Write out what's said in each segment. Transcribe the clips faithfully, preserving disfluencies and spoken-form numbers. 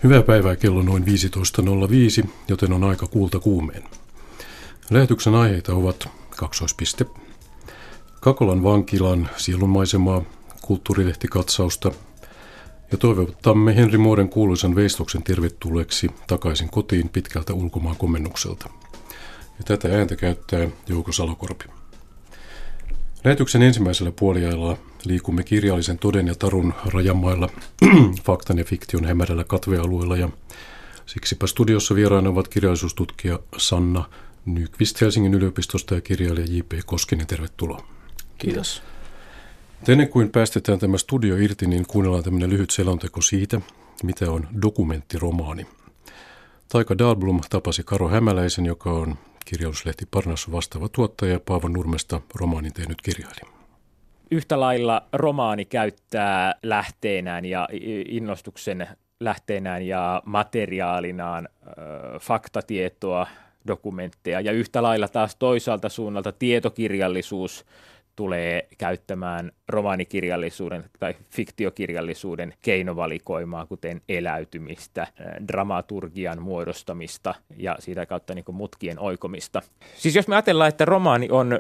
Hyvää päivää, kello noin viisitoista nolla viisi, joten on aika kuulta kuumeen. Lähetyksen aiheita ovat kaksoispiste, Kakolan vankilan sielunmaisemaa, kulttuurilehti-katsausta ja toivotamme Henri Moren kuuluisan veistoksen tervetulleeksi takaisin kotiin pitkältä ulkomaan komennukselta. Ja tätä ääntä käyttää Jouko Salokorpi. Lähetyksen ensimmäisellä puoliajalla liikumme kirjallisen toden ja tarun rajamailla, faktan ja fiktion hämärällä katvealueella ja siksipä studiossa vieraana ovat kirjallisuustutkija Sanna Nyqvist Helsingin yliopistosta ja kirjailija J P Koskinen. Tervetuloa. Kiitos. Ennen kuin päästetään tämä studio irti, niin kuunnellaan tämmöinen lyhyt selonteko siitä, mitä on dokumenttiromaani. Taika Dahlblom tapasi Karo Hämäläisen, joka on kirjallisuuslehti Parnassa vastaava tuottaja ja Paavo Nurmesta romaanin tehnyt kirjailija. Yhtä lailla romaani käyttää lähteenään ja innostuksen lähteenään ja materiaalinaan ö, faktatietoa, dokumentteja ja yhtä lailla taas toisaalta suunnalta tietokirjallisuus tulee käyttämään romaanikirjallisuuden tai fiktiokirjallisuuden keinovalikoimaa, kuten eläytymistä, dramaturgian muodostamista ja siitä kautta niin kuin mutkien oikomista. Siis jos me ajatellaan, että romaani on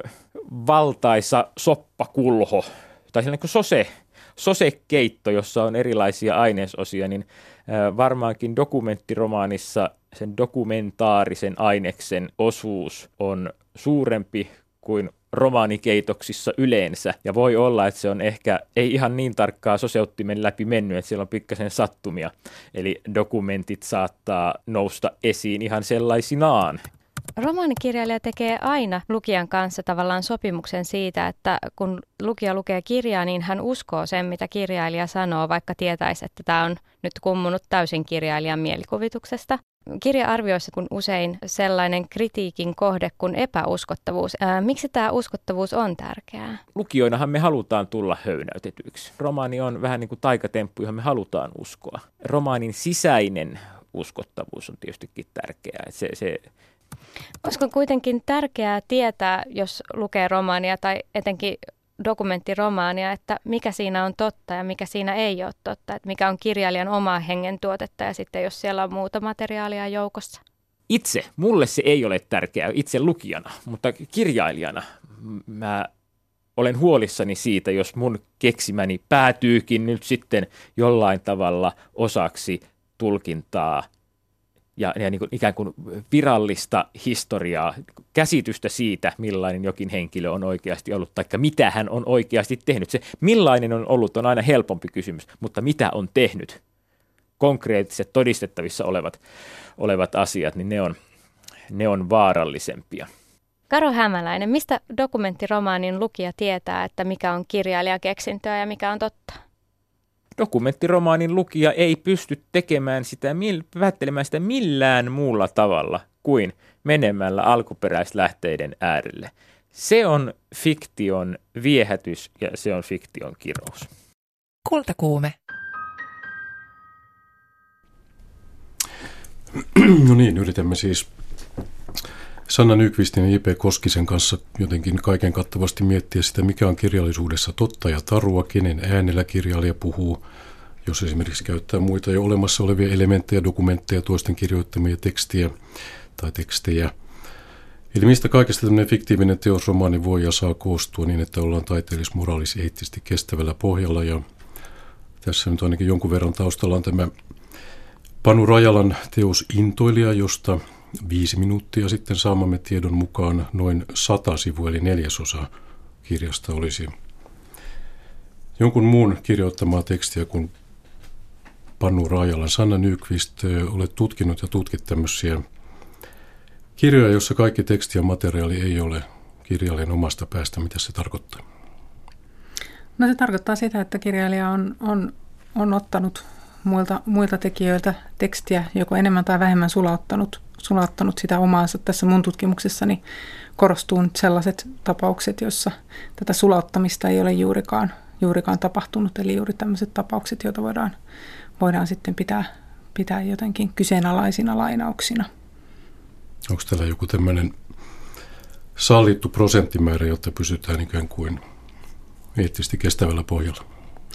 valtaisa soppakulho tai sellainen kuin sose, sosekeitto, jossa on erilaisia ainesosia, niin varmaankin dokumenttiromaanissa sen dokumentaarisen aineksen osuus on suurempi kuin romaanikeitoksissa yleensä, ja voi olla, että se on ehkä ei ihan niin tarkkaa soseuttimen läpi mennyt, että siellä on pikkasen sattumia, eli dokumentit saattaa nousta esiin ihan sellaisinaan. Romaanikirjailija tekee aina lukijan kanssa tavallaan sopimuksen siitä, että kun lukija lukee kirjaa, niin hän uskoo sen, mitä kirjailija sanoo, vaikka tietäisi, että tämä on nyt kummunut täysin kirjailijan mielikuvituksesta. Kirja-arvioissa kun usein sellainen kritiikin kohde kuin epäuskottavuus. Ää, miksi tämä uskottavuus on tärkeää? Lukijoinahan me halutaan tulla höynäytetyiksi. Romaani on vähän niin kuin taikatemppu, johon me halutaan uskoa. Romaanin sisäinen uskottavuus on tietystikin tärkeää. Se, se Olisiko kuitenkin tärkeää tietää, jos lukee romaania tai etenkin dokumenttiromaania, että mikä siinä on totta ja mikä siinä ei ole totta, että mikä on kirjailijan omaa hengen tuotetta ja sitten jos siellä on muuta materiaalia joukossa? Itse, mulle se ei ole tärkeää itse lukijana, mutta kirjailijana mä olen huolissani siitä, jos mun keksimäni päätyykin nyt sitten jollain tavalla osaksi tulkintaa ja, ja niin kuin ikään kuin virallista historiaa, käsitystä siitä, millainen jokin henkilö on oikeasti ollut, tai mitä hän on oikeasti tehnyt. Se, millainen on ollut, on aina helpompi kysymys, mutta mitä on tehnyt, konkreettiset, todistettavissa olevat, olevat asiat, niin ne on, ne on vaarallisempia. Karo Hämäläinen, mistä dokumenttiromaanin lukija tietää, että mikä on kirjailijakeksintöä ja mikä on totta? Dokumenttiromaanin lukija ei pysty tekemään sitä, päättelemään sitä millään muulla tavalla kuin menemällä alkuperäislähteiden äärelle. Se on fiktion viehätys ja se on fiktion kirous. Kultakuume. No niin, yritämme siis Sanna Nyqvistin ja J P Koskisen kanssa jotenkin kaiken kattavasti miettiä sitä, mikä on kirjallisuudessa totta ja tarua, kenen äänellä kirjailija puhuu, jos esimerkiksi käyttää muita jo olemassa olevia elementtejä, dokumentteja, toisten kirjoittamia tekstiä tai tekstejä. Eli mistä kaikesta tämmöinen fiktiivinen teosromaani voi ja saa koostua niin, että ollaan taiteellis-, moraalis- eettisesti kestävällä pohjalla. Ja tässä nyt ainakin jonkun verran taustalla on tämä Panu Rajalan teos Intoilija, josta viisi minuuttia sitten saamamme tiedon mukaan noin sata sivua, eli neljäsosa kirjasta olisi jonkun muun kirjoittamaa tekstiä kuin Panu Rajalan. Sanna Nyqvist, olet tutkinut ja tutkit tämmöisiä kirjoja, jossa kaikki teksti ja materiaali ei ole kirjailijan omasta päästä. Mitä se tarkoittaa? No se tarkoittaa sitä, että kirjailija on, on, on ottanut muilta, muilta tekijöiltä tekstiä, joko enemmän tai vähemmän sulauttanut, sulauttanut sitä omaansa. Tässä mun tutkimuksessani korostuu nyt sellaiset tapaukset, joissa tätä sulauttamista ei ole juurikaan, juurikaan tapahtunut. Eli juuri tämmöiset tapaukset, joita voidaan, voidaan sitten pitää, pitää jotenkin kyseenalaisina lainauksina. Onko täällä joku tämmöinen sallittu prosenttimäärä, jotta pysytään ikään kuin eettisesti kestävällä pohjalla?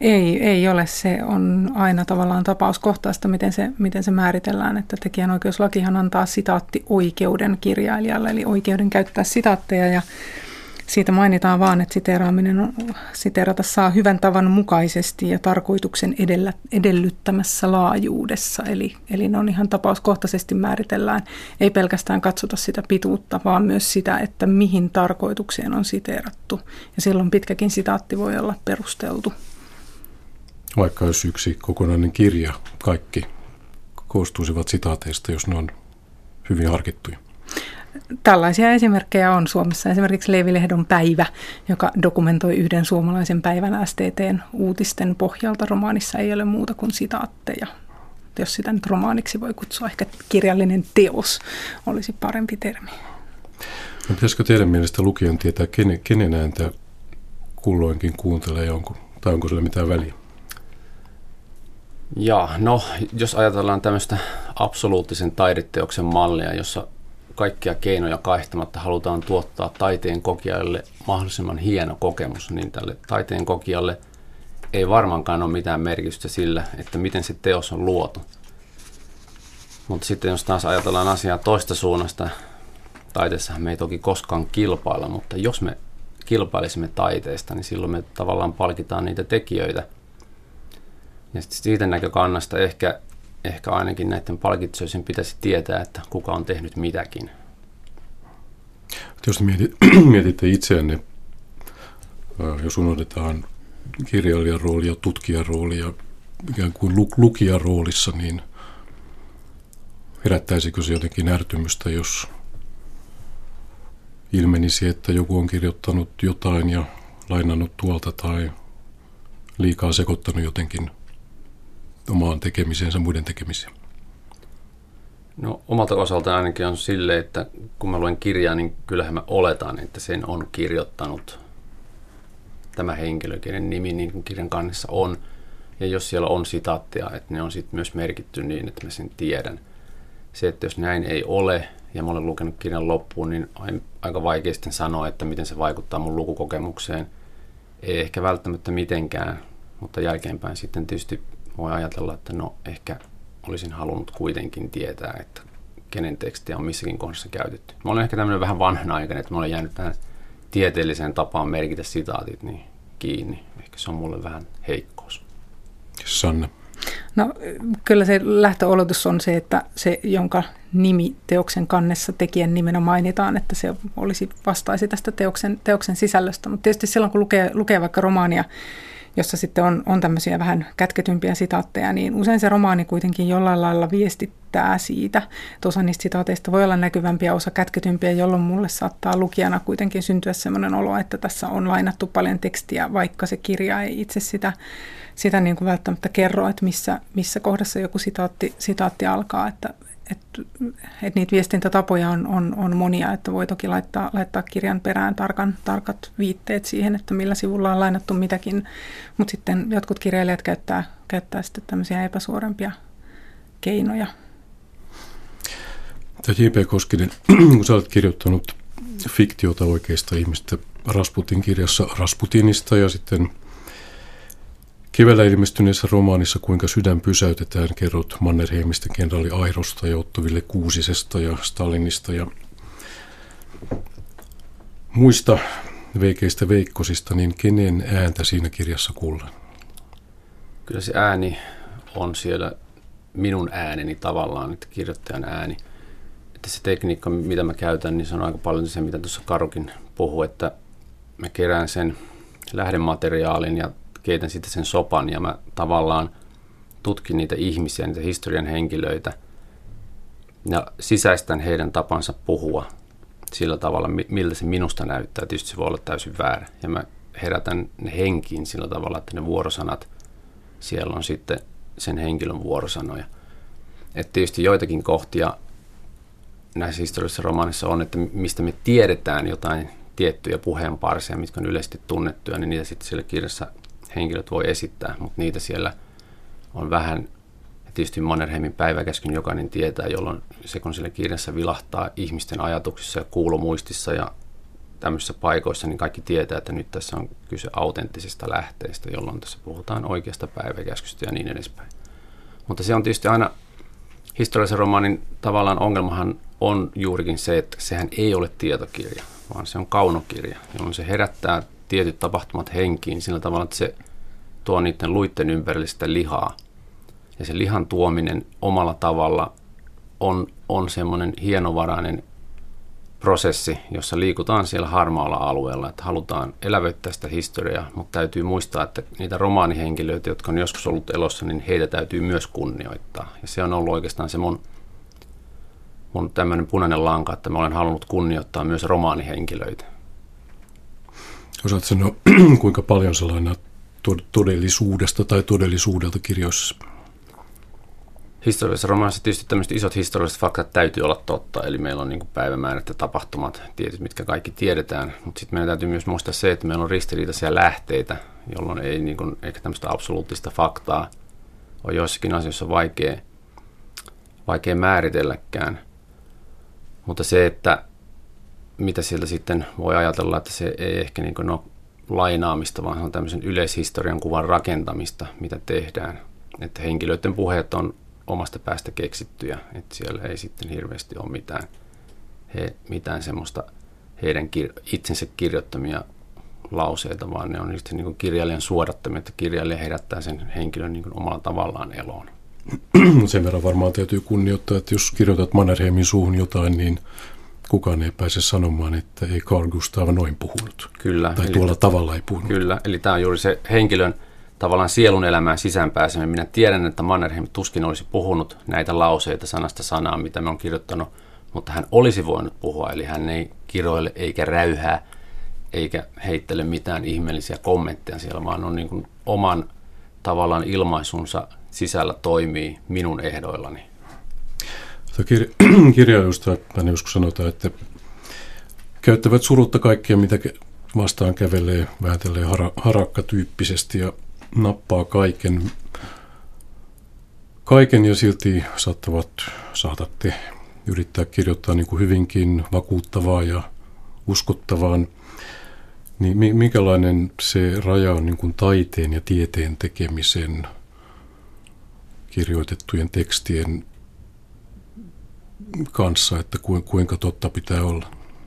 Ei, ei ole. Se on aina tavallaan tapauskohtaista, miten se, miten se määritellään, että tekijänoikeuslakihan antaa sitaattioikeuden kirjailijalle, eli oikeuden käyttää sitaatteja, ja siitä mainitaan vaan, että siteeraaminen on, siteerata saa hyvän tavan mukaisesti ja tarkoituksen edellä, edellyttämässä laajuudessa. Eli, eli ne on ihan tapauskohtaisesti määritellään. Ei pelkästään katsota sitä pituutta, vaan myös sitä, että mihin tarkoitukseen on siteerattu. Ja silloin pitkäkin sitaatti voi olla perusteltu. Vaikka jos yksi kokonainen kirja, kaikki koostuisivat sitaateista, jos ne on hyvin harkittuja. Tällaisia esimerkkejä on Suomessa. Esimerkiksi Leevi Lehdon Päivä, joka dokumentoi yhden suomalaisen päivän S T T:n uutisten pohjalta. Romaanissa ei ole muuta kuin sitaatteja. Jos sitä nyt romaaniksi voi kutsua, ehkä kirjallinen teos olisi parempi termi. No, pitäisikö teidän mielestä lukijan tietää, kenen, kenen ääntä kulloinkin kuuntelee, onko, tai onko sillä mitään väliä? Jaa, no jos ajatellaan tämmöistä absoluuttisen taideteoksen mallia, jossa kaikkia keinoja kaihtamatta halutaan tuottaa taiteen kokijalle mahdollisimman hieno kokemus, niin tälle taiteen kokijalle ei varmaankaan ole mitään merkitystä sillä, että miten se teos on luotu. Mutta sitten jos taas ajatellaan asiaa toista suunnasta, taiteessahan me ei toki koskaan kilpailla, mutta jos me kilpailisimme taiteesta, niin silloin me tavallaan palkitaan niitä tekijöitä. Ja sitten siitä näkökannasta ehkä, ehkä ainakin näiden palkitseisen pitäisi tietää, että kuka on tehnyt mitäkin. Jos mietitte itseänne, jos unohdetaan kirjailijan rooli ja tutkijan rooli ja ikään kuin lukijan roolissa, niin herättäisikö se jotenkin ärtymystä, jos ilmenisi, että joku on kirjoittanut jotain ja lainannut tuolta tai liikaa sekoittanut jotenkin omaan tekemiseensä muiden tekemiseen? No omalta osalta ainakin on silleen, että kun mä luen kirjaa, niin kyllähän mä oletan, että sen on kirjoittanut tämä henkilö, kenen nimi niin kuin kirjan kannessa on. Ja jos siellä on sitaattia, että ne on sitten myös merkitty niin, että mä sen tiedän. Se, että jos näin ei ole, ja mä olen lukenut kirjan loppuun, niin aika vaikea sitten sanoa, että miten se vaikuttaa mun lukukokemukseen. Ei ehkä välttämättä mitenkään, mutta jälkeenpäin sitten tietysti voi ajatella, että no ehkä olisin halunnut kuitenkin tietää, että kenen tekstiä on missäkin kohdassa käytetty. Mä olen ehkä tämmöinen vähän vanhanaikainen, että mä olen jäänyt tähän tieteelliseen tapaan merkitä sitaatit niin kiinni. Ehkä se on mulle vähän heikkous. Sanna. No kyllä se lähtöoletus on se, että se, jonka nimi teoksen kannessa tekijän nimenä mainitaan, että se olisi vastaisi tästä teoksen, teoksen sisällöstä. Mutta tietysti silloin, kun lukee, lukee vaikka romaania, jossa sitten on, on tämmöisiä vähän kätketympiä sitaatteja, niin usein se romaani kuitenkin jollain lailla viestittää siitä. Että osa niistä sitaateista voi olla näkyvämpiä, osa kätketympiä, jolloin mulle saattaa lukijana kuitenkin syntyä sellainen olo, että tässä on lainattu paljon tekstiä, vaikka se kirja ei itse sitä, sitä niin kuin välttämättä kerro, että missä, missä kohdassa joku sitaatti, sitaatti alkaa. Että, että, että niitä viestintätapoja on, on, on monia, että voi toki laittaa, laittaa kirjan perään tarkan, tarkat viitteet siihen, että millä sivulla on lainattu mitäkin, mutta sitten jotkut kirjailijat käyttää, käyttää sitten tämmöisiä epäsuorempia keinoja. J P Koskinen, kun sä olet kirjoittanut fiktiota oikeista ihmistä Rasputin kirjassa Rasputinista ja sitten keväällä ilmestyneessä romaanissa Kuinka sydän pysäytetään kerrot Mannerheimista, kenraali Airosta ja Otto Ville Kuusisesta ja Stalinista ja muista veikeistä veikkosista, niin kenen ääntä siinä kirjassa kuullaan? Kyllä se ääni on siellä minun ääneni tavallaan, että kirjoittajan ääni. Että se tekniikka, mitä mä käytän, niin se on aika paljon se, mitä tuossa Karukin puhui, että mä kerään sen lähdemateriaalin ja keitän sitten sen sopan ja mä tavallaan tutkin niitä ihmisiä, niitä historian henkilöitä ja sisäistän heidän tapansa puhua sillä tavalla, miltä se minusta näyttää. Tietysti se voi olla täysin väärä ja mä herätän ne henkiin sillä tavalla, että ne vuorosanat siellä on sitten sen henkilön vuorosanoja. Että tietysti joitakin kohtia näissä historiallisissa romaanissa on, että mistä me tiedetään jotain tiettyjä puheenparsia, mitkä on yleisesti tunnettuja, niin niitä sitten siellä kirjassa henkilöt voi esittää, mutta niitä siellä on vähän. Ja tietysti Mannerheimin päiväkäskyn jokainen tietää, jolloin se kun siellä kirjassa vilahtaa ihmisten ajatuksissa ja kuulomuistissa ja tämmöisissä paikoissa, niin kaikki tietää, että nyt tässä on kyse autenttisista lähteistä, jolloin tässä puhutaan oikeasta päiväkäskystä ja niin edespäin. Mutta se on tietysti aina historiallisen romaanin tavallaan ongelmahan on juurikin se, että sehän ei ole tietokirja, vaan se on kaunokirja, jolloin se herättää tietyt tapahtumat henkiin sillä tavalla, että se tuo niiden luitten ympärille sitä lihaa. Ja se lihan tuominen omalla tavalla on, on semmoinen hienovarainen prosessi, jossa liikutaan siellä harmaalla alueella, että halutaan elävöittää sitä historiaa, mutta täytyy muistaa, että niitä romaanihenkilöitä, jotka on joskus ollut elossa, niin heitä täytyy myös kunnioittaa. Ja se on ollut oikeastaan se mun, mun tämmöinen punainen lanka, että mä olen halunnut kunnioittaa myös romaanihenkilöitä. Osaatko sanoa, kuinka paljon sellainen todellisuudesta tai todellisuudelta kirjoissa? Historiallisessa romaanissa tietysti tämmöiset isot historialliset faktat täytyy olla totta, eli meillä on niin kuin päivämäärät ja tapahtumat, tietyt, mitkä kaikki tiedetään, mutta sitten meidän täytyy myös muistaa se, että meillä on ristiriitaisia lähteitä, jolloin ei niin kuin, eikä tämmöistä absoluuttista faktaa ole joissakin asioissa vaikea, vaikea määritelläkään, mutta se, että mitä sieltä sitten voi ajatella, että se ei ehkä niin kuin ole lainaamista, vaan se on tämmöisen yleishistorian kuvan rakentamista, mitä tehdään, että henkilöiden puheet on omasta päästä keksittyjä, että siellä ei sitten hirveästi ole mitään, he, mitään semmoista heidän kir- itsensä kirjoittamia lauseita, vaan ne on just niin kuin kirjailijan suodattamia, että kirjailija herättää sen henkilön niin kuin omalla tavallaan eloon. Sen verran varmaan täytyy kunnioittaa, että jos kirjoitat Mannerheimin suuhun jotain, niin kukaan ei pääse sanomaan, että ei Carl Gustav noin puhunut. Kyllä. Tai eli, tuolla tavalla ei puhunut. Kyllä, eli tämä on juuri se henkilön tavallaan sielun elämään sisäänpääseminen. Minä tiedän, että Mannerheim tuskin olisi puhunut näitä lauseita sanasta sanaan, mitä mä oon kirjoittanut, mutta hän olisi voinut puhua, eli hän ei kiroile eikä räyhää, eikä heittele mitään ihmeellisiä kommentteja siellä, vaan on niin kuin oman tavallaan ilmaisunsa sisällä toimii minun ehdoillani. Kir- kirjailijoista aina joskus sanotaan, että käyttävät surutta kaikkea, mitä vastaan kävelee, vääntelee hara- harakkatyyppisesti ja nappaa kaiken, kaiken ja silti saattavat, saatatte yrittää kirjoittaa niin kuin hyvinkin vakuuttavaa ja uskottavaan. Niin minkälainen se raja on niin kuin taiteen ja tieteen tekemisen kirjoitettujen tekstien kanssa, että kuinka totta pitää olla?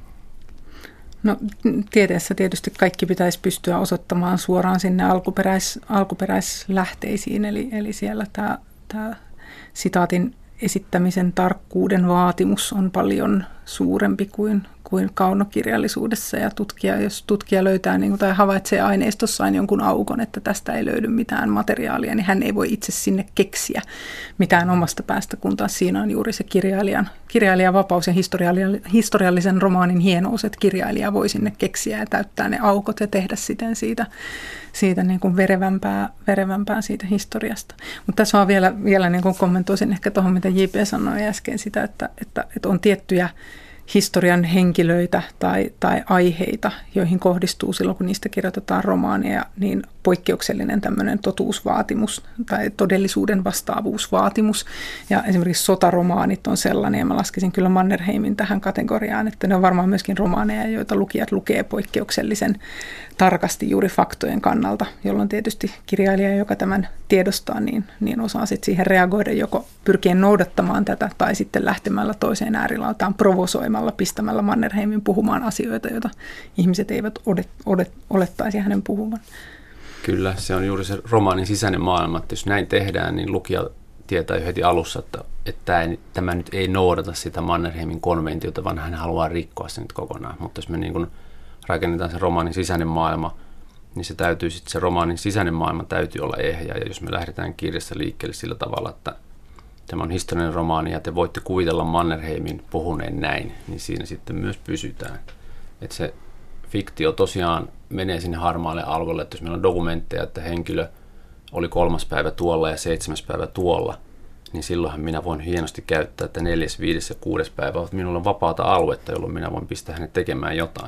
No tieteessä tietysti kaikki pitäisi pystyä osoittamaan suoraan sinne alkuperäis, alkuperäislähteisiin, eli, eli siellä tämä, tämä sitaatin esittämisen tarkkuuden vaatimus on paljon suurempi kuin, kuin kaunokirjallisuudessa, ja tutkija, jos tutkija löytää niin kuin, tai havaitsee aineistossaan jonkun aukon, että tästä ei löydy mitään materiaalia, niin hän ei voi itse sinne keksiä mitään omasta päästä, kun taas siinä on juuri se kirjailijan, kirjailijan vapaus ja historiallisen romaanin hienous, että kirjailija voi sinne keksiä ja täyttää ne aukot ja tehdä siten siitä, siitä niin kuin verevämpää, verevämpää siitä historiasta. Mutta tässä on vielä, vielä niin kuin kommentoisin ehkä tuohon, mitä J P sanoi äsken sitä, että, että, että on tiettyjä historian henkilöitä tai, tai aiheita, joihin kohdistuu silloin, kun niistä kirjoitetaan romaaneja, niin poikkeuksellinen tämmöinen totuusvaatimus tai todellisuuden vastaavuusvaatimus. Ja esimerkiksi sotaromaanit on sellainen, ja mä laskisin kyllä Mannerheimin tähän kategoriaan, että ne on varmaan myöskin romaaneja, joita lukijat lukee poikkeuksellisen tarkasti juuri faktojen kannalta, jolloin tietysti kirjailija, joka tämän tiedostaa, niin, niin osaa sitten siihen reagoida joko pyrkien noudattamaan tätä tai sitten lähtemällä toiseen äärilautaan provosoimalla, pistämällä Mannerheimin puhumaan asioita, joita ihmiset eivät odet, odet, olettaisi hänen puhuvan. Kyllä, se on juuri se romaanin sisäinen maailma, että jos näin tehdään, niin lukija tietää jo heti alussa, että, että tämä nyt ei noudata sitä Mannerheimin konventiota, vaan hän haluaa rikkoa sen nyt kokonaan. Mutta jos me niin kuin rakennetaan se romaanin sisäinen maailma, niin se täytyy sitten se romaanin sisäinen maailma täytyy olla ehjä. Ja jos me lähdetään kirjassa liikkeelle sillä tavalla, että tämä on historiallinen romaani ja te voitte kuvitella Mannerheimin puhuneen näin, niin siinä sitten myös pysytään. Että se fiktio tosiaan menee sinne harmaalle alueelle, että jos meillä on dokumentteja, että henkilö oli kolmas päivä tuolla ja seitsemäs päivä tuolla, niin silloinhan minä voin hienosti käyttää, että neljäs, viides ja kuudes päivä ovat minulla vapaata aluetta, jolloin minä voin pistää hänet tekemään jotain.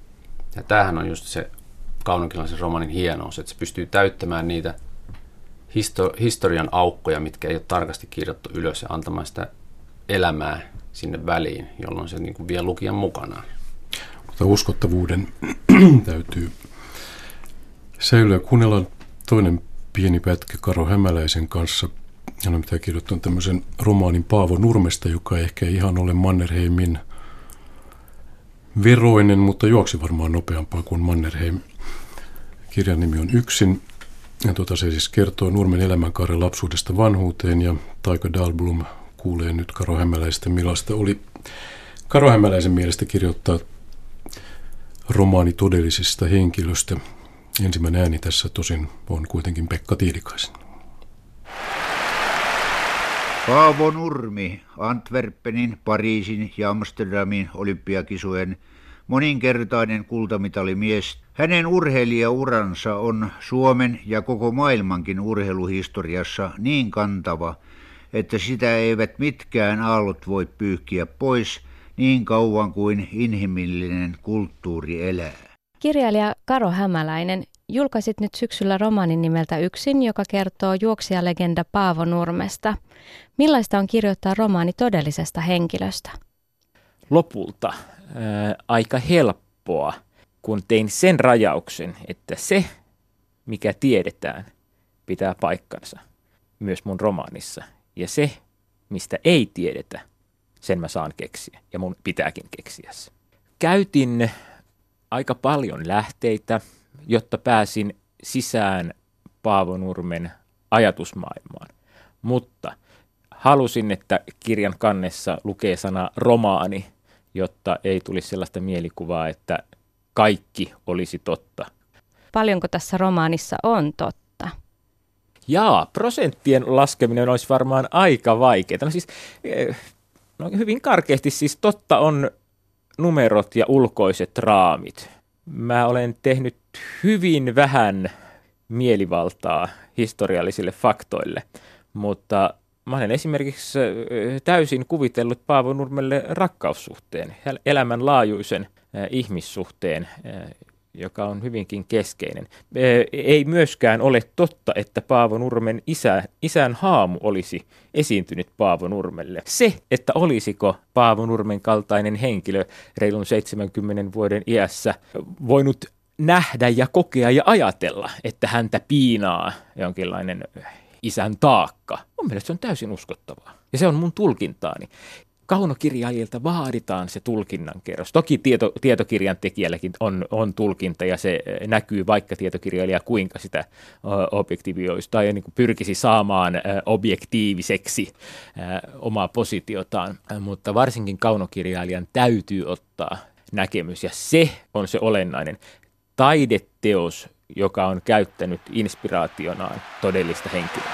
Ja tämähän on just se kaunokirjallisen romaanin hienous, että se pystyy täyttämään niitä histo- historian aukkoja, mitkä ei ole tarkasti kirjoittu ylös ja antamaan sitä elämää sinne väliin, jolloin se niin kuin vie lukijan mukanaan. mutta uskottavuuden täytyy säilyä. Kuunnellaan toinen pieni pätkä Karo Hämäläisen kanssa. Hän on mitä kirjoittanut tämmöisen romaanin Paavo Nurmesta, joka ei ehkä ihan ole Mannerheimin veroinen, mutta juoksi varmaan nopeampaa kuin Mannerheim. Kirjan nimi on Yksin. Ja tuota, se siis kertoo Nurmen elämänkaaren lapsuudesta vanhuuteen, ja Taika Dahlblom kuulee nyt Karo Hämäläistä, millaista oli Karo Hämäläisen mielestä kirjoittaa romaani todellisesta henkilöstä. Ensimmäinen ääni tässä tosin on kuitenkin Pekka Tiilikaisen. Paavo Nurmi, Antwerpenin, Pariisin ja Amsterdamin olympiakisojen moninkertainen kultamitalimies. Hänen urheilijauransa on Suomen ja koko maailmankin urheiluhistoriassa niin kantava, että sitä eivät mitkään aallot voi pyyhkiä pois niin kauan kuin inhimillinen kulttuuri elää. Kirjailija Karo Hämäläinen, julkaisit nyt syksyllä romaanin nimeltä Yksin, joka kertoo juoksijalegenda Paavo Nurmesta. Millaista on kirjoittaa romaani todellisesta henkilöstä? Lopulta ää, aika helppoa, kun tein sen rajauksen, että se, mikä tiedetään, pitää paikkansa myös mun romaanissa. Ja se, mistä ei tiedetä, sen mä saan keksiä ja mun pitääkin keksiä se. Käytin aika paljon lähteitä, jotta pääsin sisään Paavo Nurmen ajatusmaailmaan, mutta halusin, että kirjan kannessa lukee sana romaani, jotta ei tulisi sellaista mielikuvaa, että kaikki olisi totta. Paljonko tässä romaanissa on totta? Jaa, prosenttien laskeminen olisi varmaan aika vaikeaa. No siis, no hyvin karkeasti siis totta on numerot ja ulkoiset raamit. Mä olen tehnyt hyvin vähän mielivaltaa historiallisille faktoille, mutta mä olen esimerkiksi täysin kuvitellut Paavo Nurmelle rakkaussuhteen, elämänlaajuisen ihmissuhteen, joka on hyvinkin keskeinen. Ei myöskään ole totta, että Paavo Nurmen isä, isän haamu olisi esiintynyt Paavo Nurmelle. Se, että olisiko Paavo Nurmen kaltainen henkilö reilun seitsemänkymmenen vuoden iässä voinut nähdä ja kokea ja ajatella, että häntä piinaa jonkinlainen isän taakka. Mun mielestä se on täysin uskottavaa. Ja se on mun tulkintaani. Kaunokirjaajilta vaaditaan se tulkinnan kerros. Toki tieto, tietokirjan tekijälläkin on, on tulkinta ja se näkyy, vaikka tietokirjailija kuinka sitä objektivioisi tai niin kuin pyrkisi saamaan objektiiviseksi omaa positiotaan. Mutta varsinkin kaunokirjailijan täytyy ottaa näkemys ja se on se olennainen taideteos, joka on käyttänyt inspiraationaan todellista henkilöä.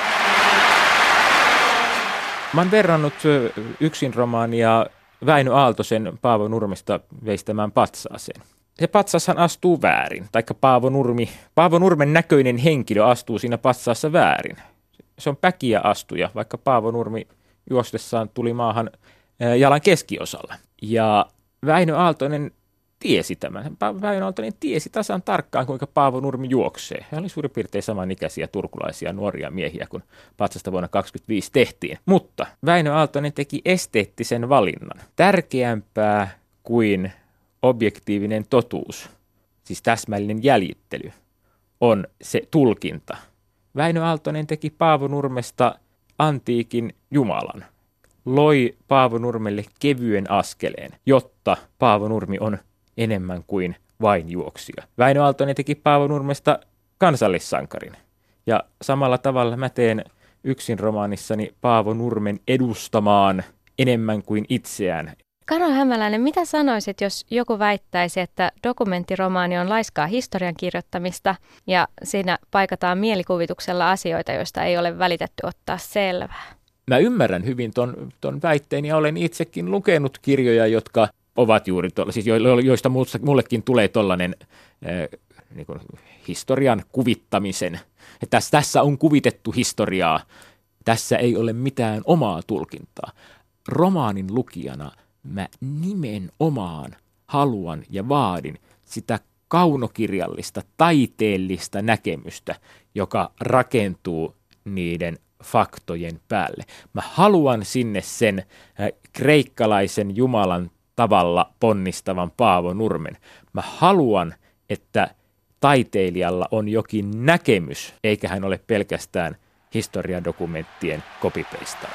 Mä oon verrannut Yksin romaania Väinö Aaltosen Paavo Nurmesta veistämään patsaaseen. Se patsashan astuu väärin, taikka Paavo, Nurmi, Paavo Nurmen näköinen henkilö astuu siinä patsaassa väärin. Se on päkiä astuja, vaikka Paavo Nurmi juostessaan tuli maahan jalan keskiosalla. Ja Väinö Aaltonen tiesi tämän. Väinö Aaltonen tiesi tasan tarkkaan, kuinka Paavo Nurmi juoksee. He oli suurin piirtein samanikäisiä turkulaisia nuoria miehiä, kun patsasta vuonna kaksikymmentäviisi tehtiin. Mutta Väinö Aaltonen teki esteettisen valinnan. Tärkeämpää kuin objektiivinen totuus, siis täsmällinen jäljittely, on se tulkinta. Väinö Aaltonen teki Paavo Nurmesta antiikin jumalan. Loi Paavo Nurmelle kevyen askeleen, jotta Paavo Nurmi on enemmän kuin vain juoksija. Väinö Aaltonen teki Paavo Nurmesta kansallissankarin. Ja samalla tavalla mä teen Yksin romaanissani Paavo Nurmen edustamaan enemmän kuin itseään. Karo Hämäläinen, mitä sanoisit, jos joku väittäisi, että dokumenttiromaani on laiskaa historian kirjoittamista ja siinä paikataan mielikuvituksella asioita, joista ei ole välitetty ottaa selvää? Mä ymmärrän hyvin ton, ton väitteen ja olen itsekin lukenut kirjoja, jotka ovat juuri tuolla, siis jo, joista mullekin tulee tollainen äh, niin kuin historian kuvittamisen. Että tässä, tässä on kuvitettu historiaa, tässä ei ole mitään omaa tulkintaa. Romaanin lukijana mä nimenomaan haluan ja vaadin sitä kaunokirjallista, taiteellista näkemystä, joka rakentuu niiden faktojen päälle. Mä haluan sinne sen äh, kreikkalaisen jumalan tavalla ponnistavan Paavo Nurmen. Mä haluan, että taiteilijalla on jokin näkemys, eikä hän ole pelkästään historiadokumenttien copy-pastaaja.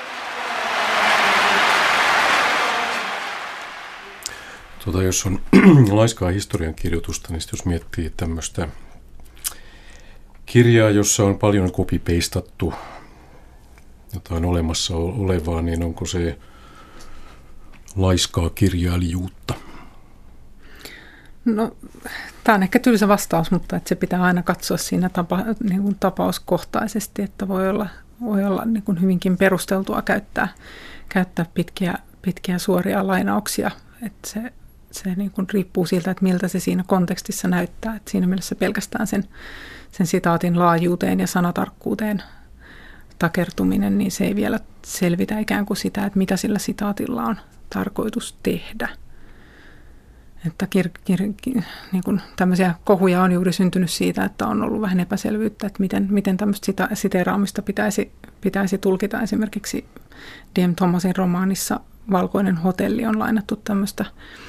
Tuota, jos on laiskaa historian kirjoitusta, niin jos miettii tämmöistä kirjaa, jossa on paljon copy-pastattu jotain olemassa olevaa, niin onko se laiskaa kirjailijuutta? No, tämä on ehkä tylsä vastaus, mutta että se pitää aina katsoa siinä tapa, niin kuin tapauskohtaisesti, että voi olla, voi olla niin kuin hyvinkin perusteltua käyttää, käyttää pitkiä, pitkiä suoria lainauksia. Että se se niin kuin riippuu siltä, että miltä se siinä kontekstissa näyttää. Että siinä mielessä pelkästään sen, sen sitaatin laajuuteen ja sanatarkkuuteen takertuminen, niin se ei vielä selvitä ikään kuin sitä, että mitä sillä sitaatilla on tarkoitus tehdä. Että kir, kir, kir, niin kuin tämmöisiä kohuja on juuri syntynyt siitä, että on ollut vähän epäselvyyttä, että miten, miten tämmöistä sita, siteeraamista pitäisi, pitäisi tulkita. Esimerkiksi D M Thomasin romaanissa Valkoinen hotelli on lainattu tämmöistä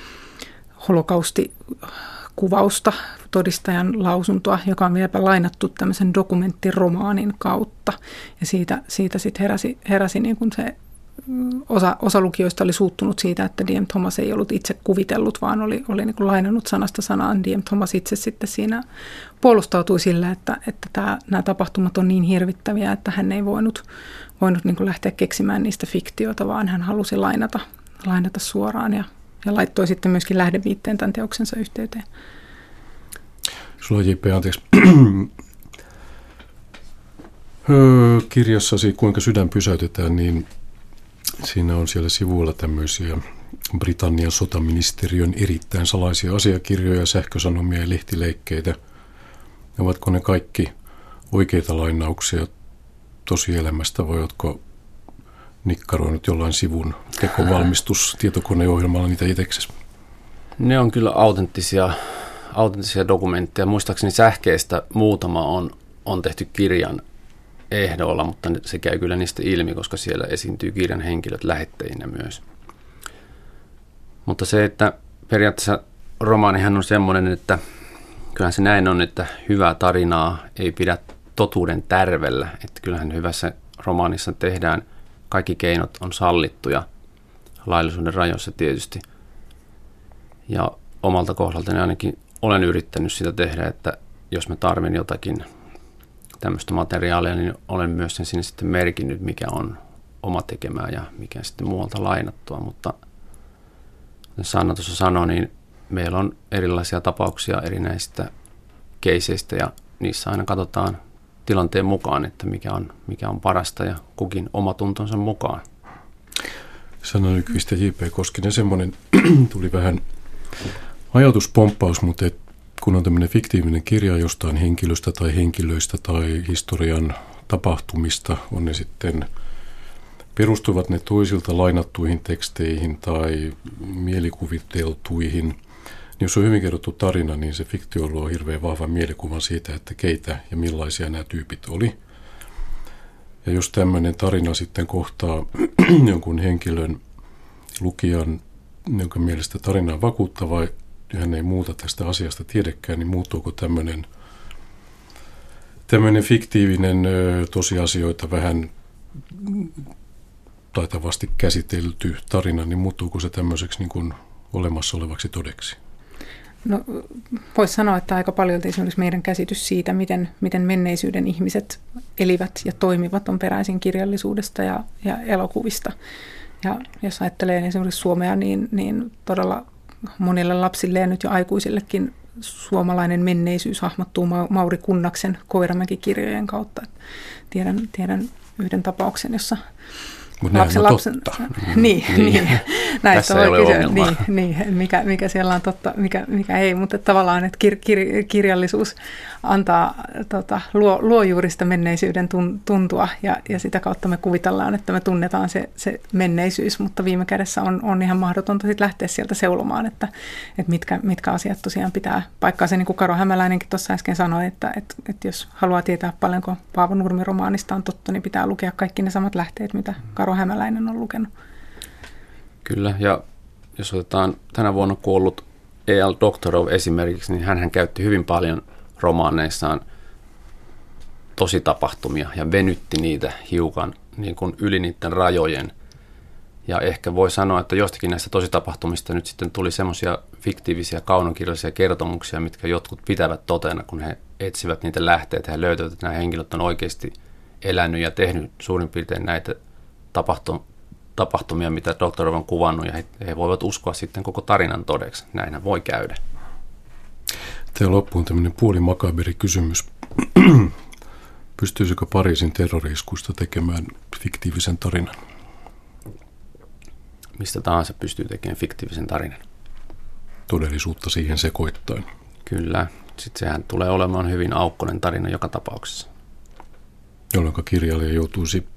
holokaustikuvausta, todistajan lausuntoa, joka on vieläpä lainattu tämmöisen dokumenttiromaanin kautta. Ja siitä, siitä sitten heräsi, heräsi niin kuin se osa, osa lukijoista oli suuttunut siitä, että D M Thomas ei ollut itse kuvitellut, vaan oli, oli niin kuin lainannut sanasta sanaan. D M Thomas itse sitten siinä puolustautui sillä, että, että tämä, nämä tapahtumat on niin hirvittäviä, että hän ei voinut, voinut niin kuin lähteä keksimään niistä fiktiota, vaan hän halusi lainata, lainata suoraan ja Ja laittoi sitten myöskin lähdeviitteen tämän teoksensa yhteyteen. Sulla J P, anteeksi. Kirjassasi Kuinka sydän pysäytetään, niin siinä on siellä sivuilla tämmöisiä Britannian sotaministeriön erittäin salaisia asiakirjoja, sähkösanomia ja lehtileikkeitä. Ovatko ne kaikki oikeita lainauksia tosielämästä vai oletko nikkaroinut jollain sivun tekovalmistus tietokoneohjelmalla niitä itseksesi? Ne on kyllä autenttisia, autenttisia dokumentteja. Muistaakseni sähkeistä muutama on, on tehty kirjan ehdolla, mutta se käy kyllä niistä ilmi, koska siellä esiintyy kirjan henkilöt lähettäjinä myös. Mutta se, että periaatteessa romaanihan on semmoinen, että kyllähän se näin on, että hyvää tarinaa ei pidä totuuden tärvellä. Että kyllähän hyvässä romaanissa tehdään, kaikki keinot on sallittuja laillisuuden rajoissa tietysti. Ja omalta kohdaltani ainakin olen yrittänyt sitä tehdä, että jos mä tarvin jotakin tämmöistä materiaalia, niin olen myös sen sinne sitten merkinnyt, mikä on oma tekemää ja mikä sitten muualta lainattua. Mutta Sanna tuossa sanoi, niin meillä on erilaisia tapauksia erinäisistä keiseistä ja niissä aina katsotaan tilanteen mukaan, että mikä on, mikä on parasta ja kukin omatuntonsa mukaan. Sanna Nyqvist ja J P Koskinen, semmoinen tuli vähän ajatuspomppaus, mutta et kun on tämmöinen fiktiivinen kirja jostain henkilöstä tai henkilöistä tai historian tapahtumista, on ne sitten, perustuvat ne toisilta lainattuihin teksteihin tai mielikuviteltuihin, niin jos on hyvin kerrottu tarina, niin se fiktio luo hirveän vahvan mielikuvan siitä, että keitä ja millaisia nämä tyypit oli. Ja jos tämmöinen tarina sitten kohtaa jonkun henkilön lukijan, jonka mielestä tarina on vakuuttava, ja hän ei muuta tästä asiasta tiedekään, niin muuttuuko tämmöinen, tämmöinen fiktiivinen ö, tosiasioita vähän taitavasti käsitelty tarina, niin muuttuuko se tämmöiseksi niin kuin olemassa olevaksi todeksi? No, voisi sanoa, että aika paljon esimerkiksi meidän käsitys siitä, miten, miten menneisyyden ihmiset elivät ja toimivat, on peräisin kirjallisuudesta ja, ja elokuvista. Ja jos ajattelee esimerkiksi Suomea, niin, niin todella monille lapsille ja nyt jo aikuisillekin suomalainen menneisyys hahmottuu Mauri Kunnaksen Koiramäki-kirjojen kautta. Tiedän, tiedän yhden tapauksen, jossa mutta lapsen, nehän on lapsen, totta. niin, niin, niin. Näistä Tässä ei ole kysyä, ongelmaa. niin, niin, mikä, mikä siellä on totta, mikä, mikä ei, mutta tavallaan, että kir, kir, kirjallisuus antaa, tota, luo, luo juuri sitä menneisyyden tuntua ja, ja sitä kautta me kuvitellaan, että me tunnetaan se, se menneisyys, mutta viime kädessä on, on ihan mahdotonta sit lähteä sieltä seulomaan, että, että mitkä, mitkä asiat tosiaan pitää paikkaa. Se niin kuin Karo Hämäläinenkin tuossa äsken sanoi, että, että, että jos haluaa tietää paljonko Paavo Nurmen romaanista on totta, niin pitää lukea kaikki ne samat lähteet, mitä Karo Hämäläinen on lukenut. Kyllä, ja jos otetaan tänä vuonna kuollut E L Doktorov esimerkiksi, niin hän käytti hyvin paljon romaaneissaan tositapahtumia ja venytti niitä hiukan niin kuin yli niiden rajojen. Ja ehkä voi sanoa, että jostakin näistä tositapahtumista nyt sitten tuli semmoisia fiktiivisiä kaunokirjallisia kertomuksia, mitkä jotkut pitävät totena, kun he etsivät niitä lähteitä ja löytävät, että nämä henkilöt on oikeasti elänyt ja tehnyt suurin piirtein näitä tapahtumia, mitä Doktorov on kuvannut, ja he, he voivat uskoa sitten koko tarinan todeksi. Näinhän voi käydä. Tämä loppuun tämmöinen puoli makaberi kysymys. Pystyisikö Pariisin terrori-iskuista tekemään fiktiivisen tarinan? Mistä tahansa pystyy tekemään fiktiivisen tarinan. Todellisuutta siihen sekoittain. Kyllä. Sitten sehän tulee olemaan hyvin aukkoinen tarina joka tapauksessa. Jolloin kirjailija joutuisi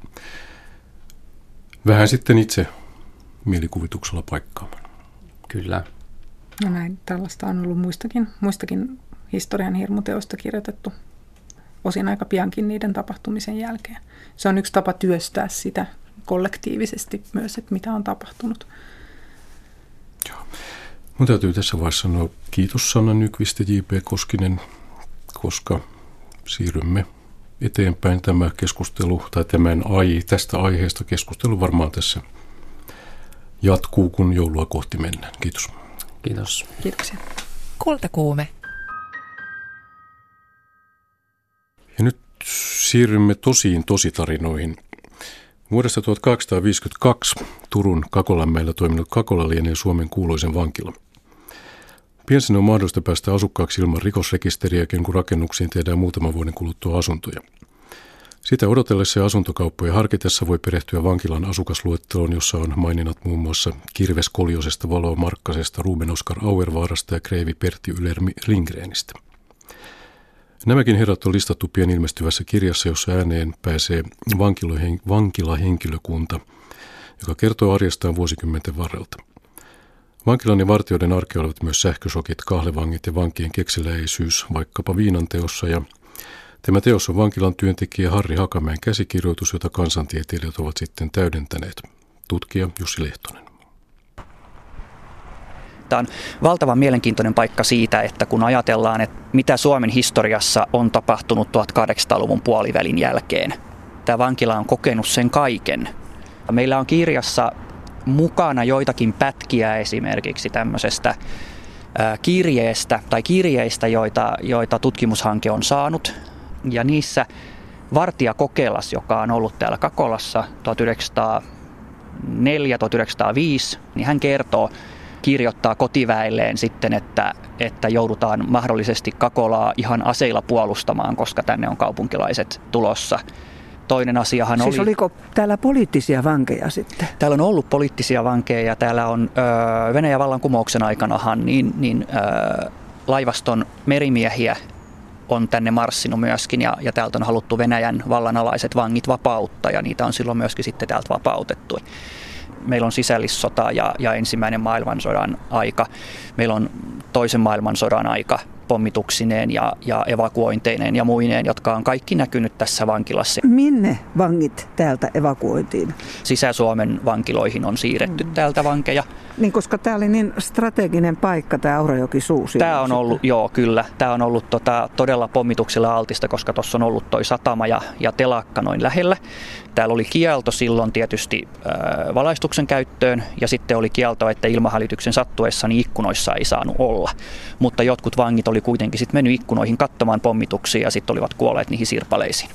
vähän sitten itse mielikuvituksella paikkaamaan. Kyllä. No näin, tällaista on ollut muistakin, muistakin historian hirmuteoista kirjoitettu. Osin aika piankin niiden tapahtumisen jälkeen. Se on yksi tapa työstää sitä kollektiivisesti myös, että mitä on tapahtunut. Joo. Mun täytyy tässä vaiheessa sanoa kiitos Sanna Nyqvist ja J P Koskinen, koska siirrymme eteenpäin tämä keskustelu, tai tämän ai, tästä aiheesta keskustelu varmaan tässä jatkuu, kun joulua kohti mennään. Kiitos. Kiitos. Kiitoksia. Kultakuume. Ja nyt siirrymme tosiin tositarinoihin. Vuodesta tuhatkahdeksansataaviisikymmentäkaksi Turun Kakolanmäellä toiminut Kakola lienee Suomen kuuluisen vankila. Pian sinne on mahdollista päästä asukkaaksi ilman rikosrekisteriäkin, kun rakennuksiin tehdään muutaman vuoden kuluttua asuntoja. Sitä odotellessa ja asuntokauppoja harkitessa voi perehtyä vankilan asukasluetteloon, jossa on maininnat muun muassa Kirves Koljosesta, Valo Markkasesta, Ruben Oskar Auervaarasta ja Kreivi Pertti Ylermi Lindgrenistä. Nämäkin herrat on listattu pian ilmestyvässä kirjassa, jossa ääneen pääsee vankilahenkilökunta, joka kertoo arjestaan vuosikymmenten varrelta. Vankilan ja vartijoiden arkea olivat myös sähkösokit, kahlevangit ja vankien keksiläisyys vaikkapa viinanteossa, ja tämä teos on vankilan työntekijä Harri Hakamäen käsikirjoitus, jota kansantieteilijät ovat sitten täydentäneet. Tutkija Jussi Lehtonen. Tämä on valtavan mielenkiintoinen paikka siitä, että kun ajatellaan, että mitä Suomen historiassa on tapahtunut tuhatkahdeksansataaluvun puolivälin jälkeen. Tämä vankila on kokenut sen kaiken. Meillä on kirjassa mukana joitakin pätkiä esimerkiksi tämmöisestä kirjeestä tai kirjeistä, joita, joita tutkimushanke on saanut. Ja niissä Vartija Kokelas, joka on ollut täällä Kakolassa tuhatyhdeksänsataaneljä tuhatyhdeksänsataaviisi, niin hän kertoo, kirjoittaa kotiväelleen sitten, että, että joudutaan mahdollisesti Kakolaa ihan aseilla puolustamaan, koska tänne on kaupunkilaiset tulossa. Toinen asiahan siis oli... Siis oliko täällä poliittisia vankeja sitten? Täällä on ollut poliittisia vankeja ja täällä on ö, Venäjän vallankumouksen aikanahan niin, niin ö, laivaston merimiehiä on tänne marssinut myöskin ja, ja täältä on haluttu Venäjän vallanalaiset vangit vapauttaa ja niitä on silloin myöskin sitten täältä vapautettu. Meillä on sisällissota ja, ja ensimmäinen maailmansodan aika. Meillä on toisen maailmansodan aika pommituksineen ja, ja evakuointeineen ja muineen, jotka on kaikki näkynyt tässä vankilassa. Minne vangit täältä evakuoitiin? Sisä-Suomen vankiloihin on siirretty mm. täältä vankeja. Niin, koska tämä oli niin strateginen paikka, tämä Aurajoki-suu. Tämä on ollut, joo kyllä, tämä on ollut tota, todella pommituksella altista, koska tuossa on ollut toi satama ja, ja telakka noin lähellä. Täällä oli kielto silloin tietysti äh, valaistuksen käyttöön ja sitten oli kielto, että ilmahälytyksen sattuessa niin ikkunoissa ei saanut olla. Mutta jotkut vangit oli kuitenkin sitten mennyt ikkunoihin katsomaan pommituksia ja sitten olivat kuolleet niihin sirpaleisiin.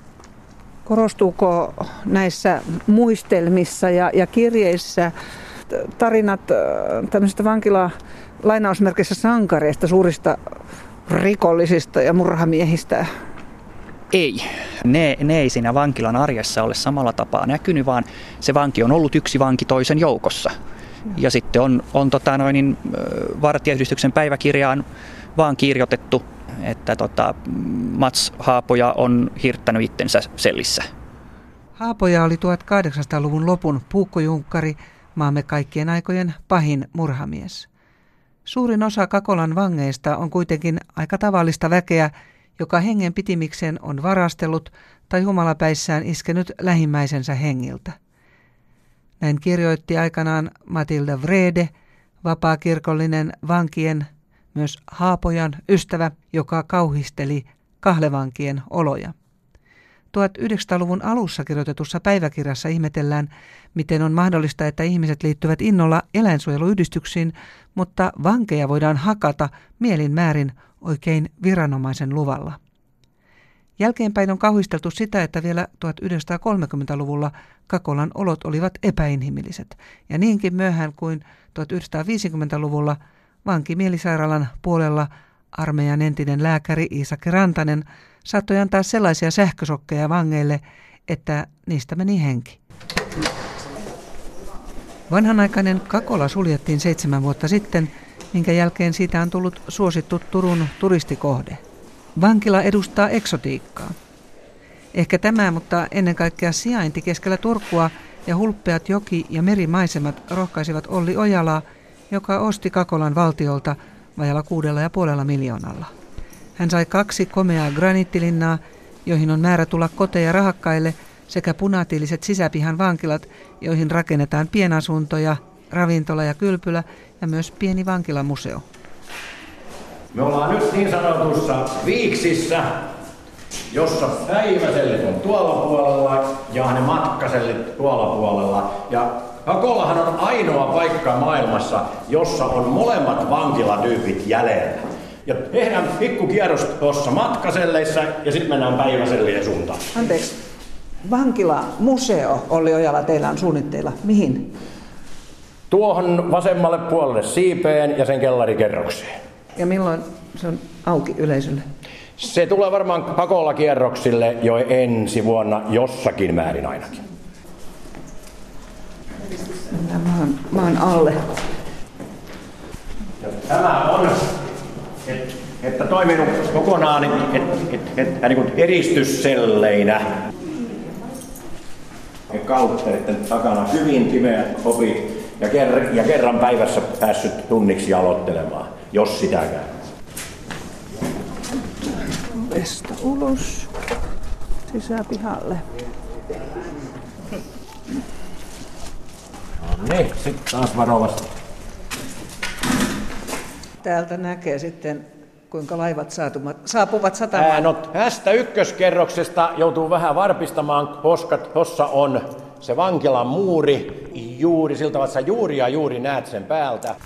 Korostuuko näissä muistelmissa ja, ja kirjeissä tarinat tämmöisistä vankila lainausmerkeissä sankareista, suurista rikollisista ja murhamiehistä? Ei. Ne, ne ei siinä vankilan arjessa ole samalla tapaa näkynyt, vaan se vanki on ollut yksi vanki toisen joukossa. Ja sitten on, on tota noin, vartijayhdistyksen päiväkirjaan vaan kirjoitettu, että tota, Mats Haapoja on hirttänyt itsensä sellissä. Haapoja oli tuhatkahdeksansataaluvun lopun puukkojunkkari, maamme kaikkien aikojen pahin murhamies. Suurin osa Kakolan vangeista on kuitenkin aika tavallista väkeä, joka hengen pitimikseen on varastellut tai humalapäissään iskenyt lähimmäisensä hengiltä. Näin kirjoitti aikanaan Matilda Wrede vapaakirkollinen vankien, myös Haapojan ystävä, joka kauhisteli kahlevankien oloja. tuhatyhdeksänsataaluvun alussa kirjoitetussa päiväkirjassa ihmetellään, miten on mahdollista, että ihmiset liittyvät innolla eläinsuojeluyhdistyksiin, mutta vankeja voidaan hakata mielin määrin oikein viranomaisen luvalla. Jälkeenpäin on kauhisteltu sitä, että vielä tuhatyhdeksänsataakolmekymmentäluvulla Kakolan olot olivat epäinhimilliset, ja niinkin myöhään kuin tuhatyhdeksänsataaviisikymmentäluvulla vankimielisairaalan puolella armeijan entinen lääkäri Iisaki Rantanen saattoi antaa sellaisia sähkösokkeja vangeille, että niistä meni henki. Vanhanaikainen Kakola suljettiin seitsemän vuotta sitten, minkä jälkeen siitä on tullut suosittu Turun turistikohde. Vankila edustaa eksotiikkaa. Ehkä tämä, mutta ennen kaikkea sijainti keskellä Turkua ja hulppeat joki- ja merimaisemat rohkaisivat Olli Ojalaa, joka osti Kakolan valtiolta vajalla kuudella ja puolella miljoonalla. Hän sai kaksi komeaa graniittilinnaa, joihin on määrä tulla koteja rahakkaille, sekä punatiiliset sisäpihan vankilat, joihin rakennetaan pienasuntoja, ravintola ja kylpylä ja myös pieni vankilamuseo. Me ollaan nyt niin sanotussa Viiksissä, jossa päiväsellit on tuolla puolella ja ne matkasellit tuolla puolella. Ja Kakolahan on ainoa paikka maailmassa, jossa on molemmat vankilatyypit jäljellä. Ja tehdään pikku kierros tuossa matkaselleissä ja sitten mennään päiväsellien suuntaan. Anteeksi, vankilamuseo Olli Ojala teillä on suunnitteilla. Mihin? Tuohon vasemmalle puolelle siipeen ja sen kellarikerrokseen. Ja milloin se on auki yleisölle? Se tulee varmaan Kakola-kierroksille jo ensi vuonna jossakin määrin ainakin. Maan, maan alle. Ja tämä on, et, että toiminut kokonaan et, et, et, et, niin kuin eristysselleinä. Ja kautteiden takana hyvin pimeät ovi ja, ker, ja kerran päivässä päässyt tunniksi aloittelemaan, jos sitäkään. Ovesta ulos, sisäpihalle. No niin, sitten taas varovasti. Täältä näkee sitten, kuinka laivat saapuvat satamaan. Ää, no, tästä ykköskerroksesta joutuu vähän varpistamaan, koska tuossa on se vankilan muuri juuri siltä, että sä juuri ja juuri näet sen päältä.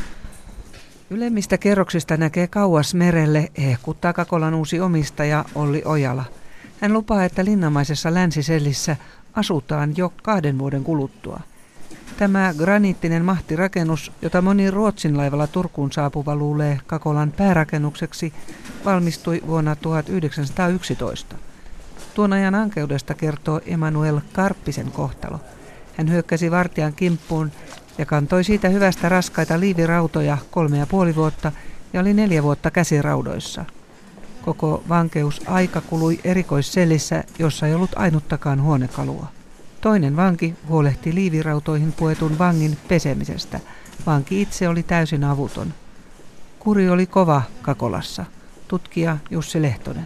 Ylemmistä kerroksista näkee kauas merelle ehkuttaa Kakolan uusi omistaja Olli Ojala. Hän lupaa, että linnamaisessa länsisellissä asutaan jo kahden vuoden kuluttua. Tämä graniittinen mahtirakennus, jota moni Ruotsin laivalla Turkuun saapuva luulee Kakolan päärakennukseksi, valmistui vuonna tuhatyhdeksänsataayksitoista. Tuon ajan ankeudesta kertoo Emanuel Karppisen kohtalo. Hän hyökkäsi vartijan kimppuun ja kantoi siitä hyvästä raskaita liivirautoja kolme ja puoli vuotta ja oli neljä vuotta käsiraudoissa. Koko vankeusaika kului erikoissellissä, jossa ei ollut ainuttakaan huonekalua. Toinen vanki huolehti liivirautoihin puetun vangin pesemisestä. Vanki itse oli täysin avuton. Kuri oli kova Kakolassa. Tutkija Jussi Lehtonen.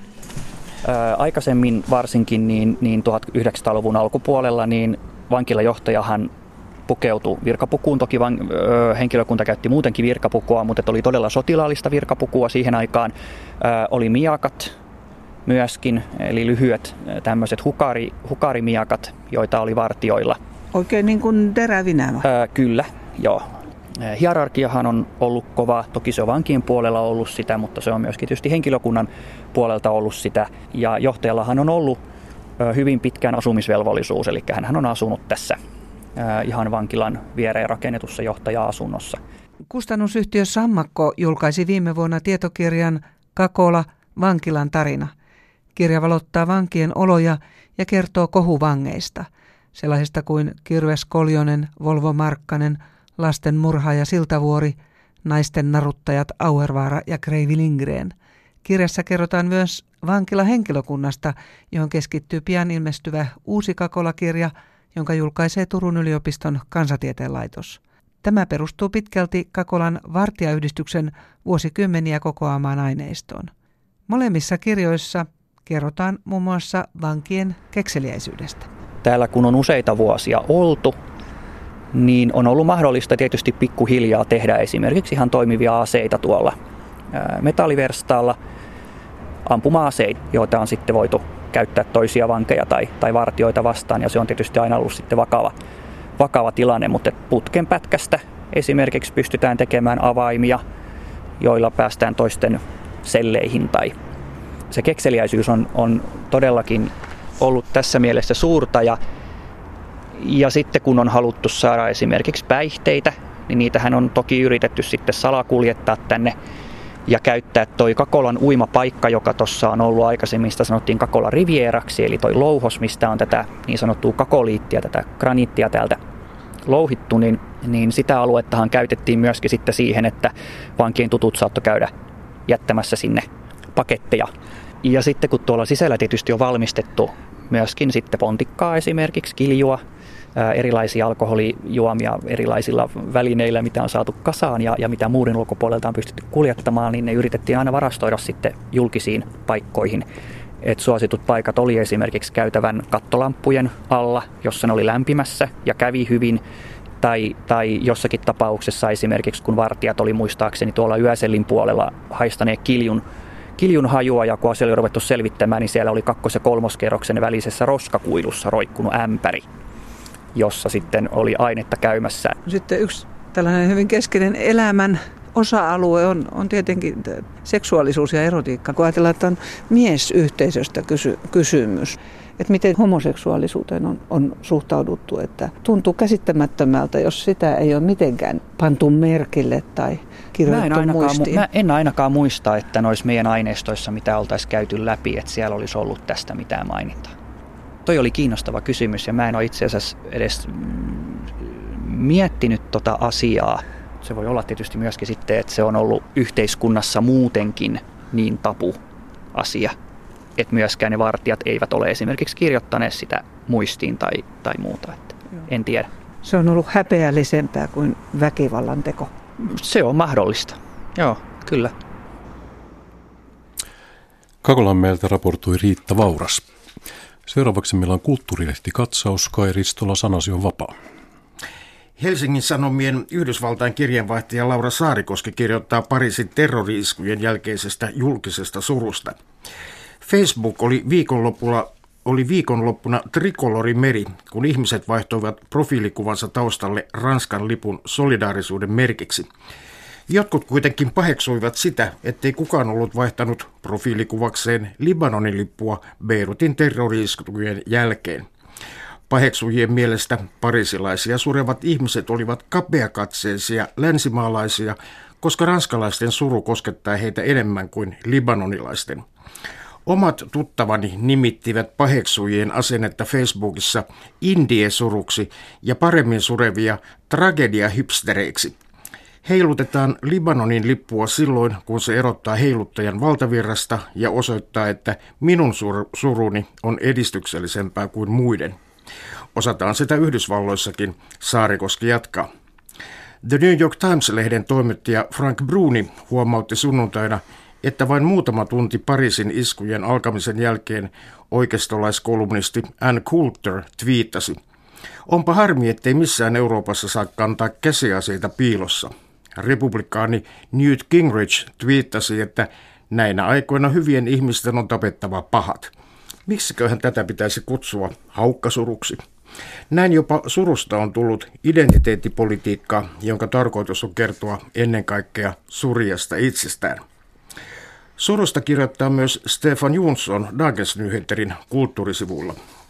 Ää, aikaisemmin varsinkin niin, niin tuhatyhdeksänsataaluvun alkupuolella niin vankilajohtajahan pukeutui virkapukuun. Toki van, ö, henkilökunta käytti muutenkin virkapukua, mutta oli todella sotilaallista virkapukua siihen aikaan. Ää, oli miakat myöskin, eli lyhyet tämmöiset hukari, hukarimiakat, joita oli vartioilla. Oikein niin kuin terävinä vai? Ää, kyllä, joo. Hierarkiahan on ollut kova, toki se on vankien puolella ollut sitä, mutta se on myöskin tietysti henkilökunnan puolelta ollut sitä. Ja johtajallahan on ollut hyvin pitkään asumisvelvollisuus, eli hän on asunut tässä ihan vankilan viereen rakennetussa johtaja-asunnossa. Kustannusyhtiö Sammakko julkaisi viime vuonna tietokirjan Kakola, vankilan tarina. Kirja valottaa vankien oloja ja kertoo kohuvangeista, sellaisista kuin Kirves Koljonen, Volvo Markkanen, lasten murhaaja Siltavuori, naisten naruttajat Auervaara ja Kreivi Lindgren. Kirjassa kerrotaan myös vankilahenkilökunnasta, johon keskittyy pian ilmestyvä uusi Kakola-kirja, jonka julkaisee Turun yliopiston kansatieteen laitos. Tämä perustuu pitkälti Kakolan vartijayhdistyksen vuosikymmeniä kokoamaan aineistoon. Molemmissa kirjoissa kerrotaan muun muassa vankien kekseliäisyydestä. Täällä kun on useita vuosia oltu, niin on ollut mahdollista tietysti pikkuhiljaa tehdä esimerkiksi ihan toimivia aseita tuolla metalliverstaalla, ampuma-aseita, joita on sitten voitu käyttää toisia vankeja tai, tai vartijoita vastaan, ja se on tietysti aina ollut sitten vakava, vakava tilanne, mutta putken pätkästä esimerkiksi pystytään tekemään avaimia, joilla päästään toisten selleihin, tai se kekseliäisyys on, on todellakin ollut tässä mielessä suurta, ja, ja sitten kun on haluttu saada esimerkiksi päihteitä, niin niitähän on toki yritetty sitten salakuljettaa tänne ja käyttää toi Kakolan uimapaikka, joka tuossa on ollut aikaisemmin, sitä sanottiin Kakolan rivieraksi, eli toi louhos, mistä on tätä niin sanottua kakoliittia, tätä graniittia täältä louhittu, niin, niin sitä aluettahan käytettiin myöskin sitten siihen, että vankien tutut saattoi käydä jättämässä sinne paketteja. Ja sitten kun tuolla sisällä tietysti on valmistettu myöskin sitten pontikkaa esimerkiksi, kiljua, ää, erilaisia alkoholijuomia erilaisilla välineillä, mitä on saatu kasaan ja, ja mitä muurin ulkopuolelta on pystytty kuljettamaan, niin ne yritettiin aina varastoida sitten julkisiin paikkoihin. Et suositut paikat oli esimerkiksi käytävän kattolamppujen alla, jossa ne oli lämpimässä ja kävi hyvin. Tai, tai jossakin tapauksessa esimerkiksi, kun vartijat oli muistaakseni tuolla Yösellin puolella haistaneet kiljun, kiljun hajua, ja kun asia oli ruvettu selvittämään, niin siellä oli kakkos- ja kolmoskerroksen välisessä roskakuilussa roikkunut ämpäri, jossa sitten oli ainetta käymässä. Sitten yksi tällainen hyvin keskeinen elämän osa-alue on, on tietenkin seksuaalisuus ja erotiikka. Kun ajatellaan, että on miesyhteisöstä kysy, kysymys, että miten homoseksuaalisuuteen on, on suhtauduttu, että tuntuu käsittämättömältä, jos sitä ei ole mitenkään pantu merkille tai kirjoitettu mä en muistiin. Mä en ainakaan muista, että noissa meidän aineistoissa, mitä oltaisiin käyty läpi, että siellä olisi ollut tästä mitään mainintaa. Toi oli kiinnostava kysymys, ja mä en ole itse asiassa edes miettinyt tota asiaa. Se voi olla tietysti myöskin sitten, että se on ollut yhteiskunnassa muutenkin niin tabu asia, että myöskään ne vartijat eivät ole esimerkiksi kirjoittaneet sitä muistiin tai, tai muuta. Että en tiedä. Se on ollut häpeällisempää kuin väkivallan teko. Se on mahdollista. Joo, kyllä. Kakolanmäeltä raportoi Riitta Vauras. Seuraavaksi meillä on kulttuurilehti katsaus. Kai Ristola, sanasi on vapaa. Helsingin Sanomien Yhdysvaltain kirjeenvaihtaja Laura Saarikoski kirjoittaa Pariisin terrori-iskujen jälkeisestä julkisesta surusta. Facebook oli viikonloppuna, oli viikonloppuna trikolorimeri, kun ihmiset vaihtoivat profiilikuvansa taustalle Ranskan lipun solidaarisuuden merkiksi. Jotkut kuitenkin paheksuivat sitä, ettei kukaan ollut vaihtanut profiilikuvakseen Libanonin lippua Beirutin terrori-iskujen jälkeen. Paheksujien mielestä parisilaisia surevat ihmiset olivat kapeakatseisia länsimaalaisia, koska ranskalaisten suru koskettaa heitä enemmän kuin libanonilaisten. Omat tuttavani nimittivät paheksujien asennetta Facebookissa indie-suruksi ja paremmin surevia tragedia-hipstereiksi. Heilutetaan Libanonin lippua silloin, kun se erottaa heiluttajan valtavirrasta ja osoittaa, että minun sur- suruni on edistyksellisempää kuin muiden. Osataan sitä Yhdysvalloissakin, Saarikoski jatkaa. The New York Times-lehden toimittaja Frank Bruni huomautti sunnuntaina, että vain muutama tunti Pariisin iskujen alkamisen jälkeen oikeistolaiskolumnisti Ann Coulter twiittasi: "Onpa harmi, ettei missään Euroopassa saa kantaa käsiaseita piilossa." Republikaani Newt Gingrich twiittasi, että näinä aikoina hyvien ihmisten on tapettava pahat. Miksiköhän tätä pitäisi kutsua haukkasuruksi? Näin jopa surusta on tullut identiteettipolitiikkaa, jonka tarkoitus on kertoa ennen kaikkea surjasta itsestään. Surusta kirjoittaa myös Stefan Jonsson Dagens Nyheterin kulttuurisivulla.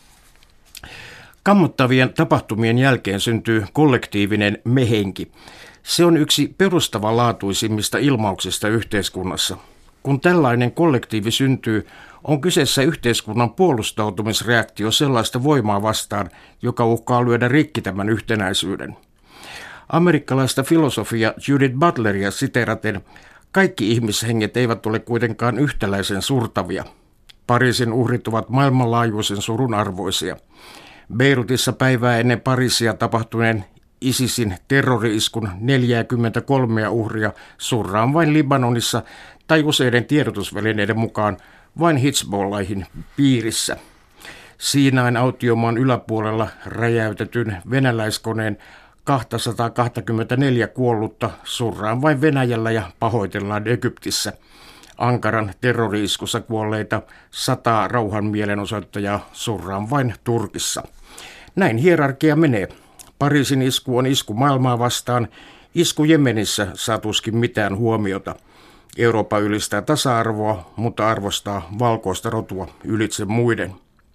Kammottavien tapahtumien jälkeen syntyy kollektiivinen mehenki. Se on yksi perustavanlaatuisimmista ilmauksista yhteiskunnassa. Kun tällainen kollektiivi syntyy, on kyseessä yhteiskunnan puolustautumisreaktio sellaista voimaa vastaan, joka uhkaa lyödä rikki tämän yhtenäisyyden. Amerikkalaista filosofia Judith Butleria siteeraten: "Kaikki ihmishenget eivät ole kuitenkaan yhtäläisen surtavia. Pariisin uhrit ovat maailmanlaajuisen surun arvoisia. Beirutissa päivää ennen Pariisia tapahtuneen ISISin terrori-iskun neljäkymmentäkolme uhria surraan vain Libanonissa tai useiden tiedotusvälineiden mukaan vain Hizbollahin piirissä. Siinain autiomaan yläpuolella räjäytetyn venäläiskoneen kaksisataakaksikymmentäneljä kuollutta surraan vain Venäjällä ja pahoitellaan Egyptissä. Ankaran terrori-iskussa kuolleita sataa rauhan mielenosoittajaa surraan vain Turkissa. Näin hierarkia menee. Pariisin isku on isku maailmaa vastaan. Isku Jemenissä saa tuskin mitään huomiota. Eurooppa ylistää tasa-arvoa, mutta arvostaa valkoista rotua ylitse muiden.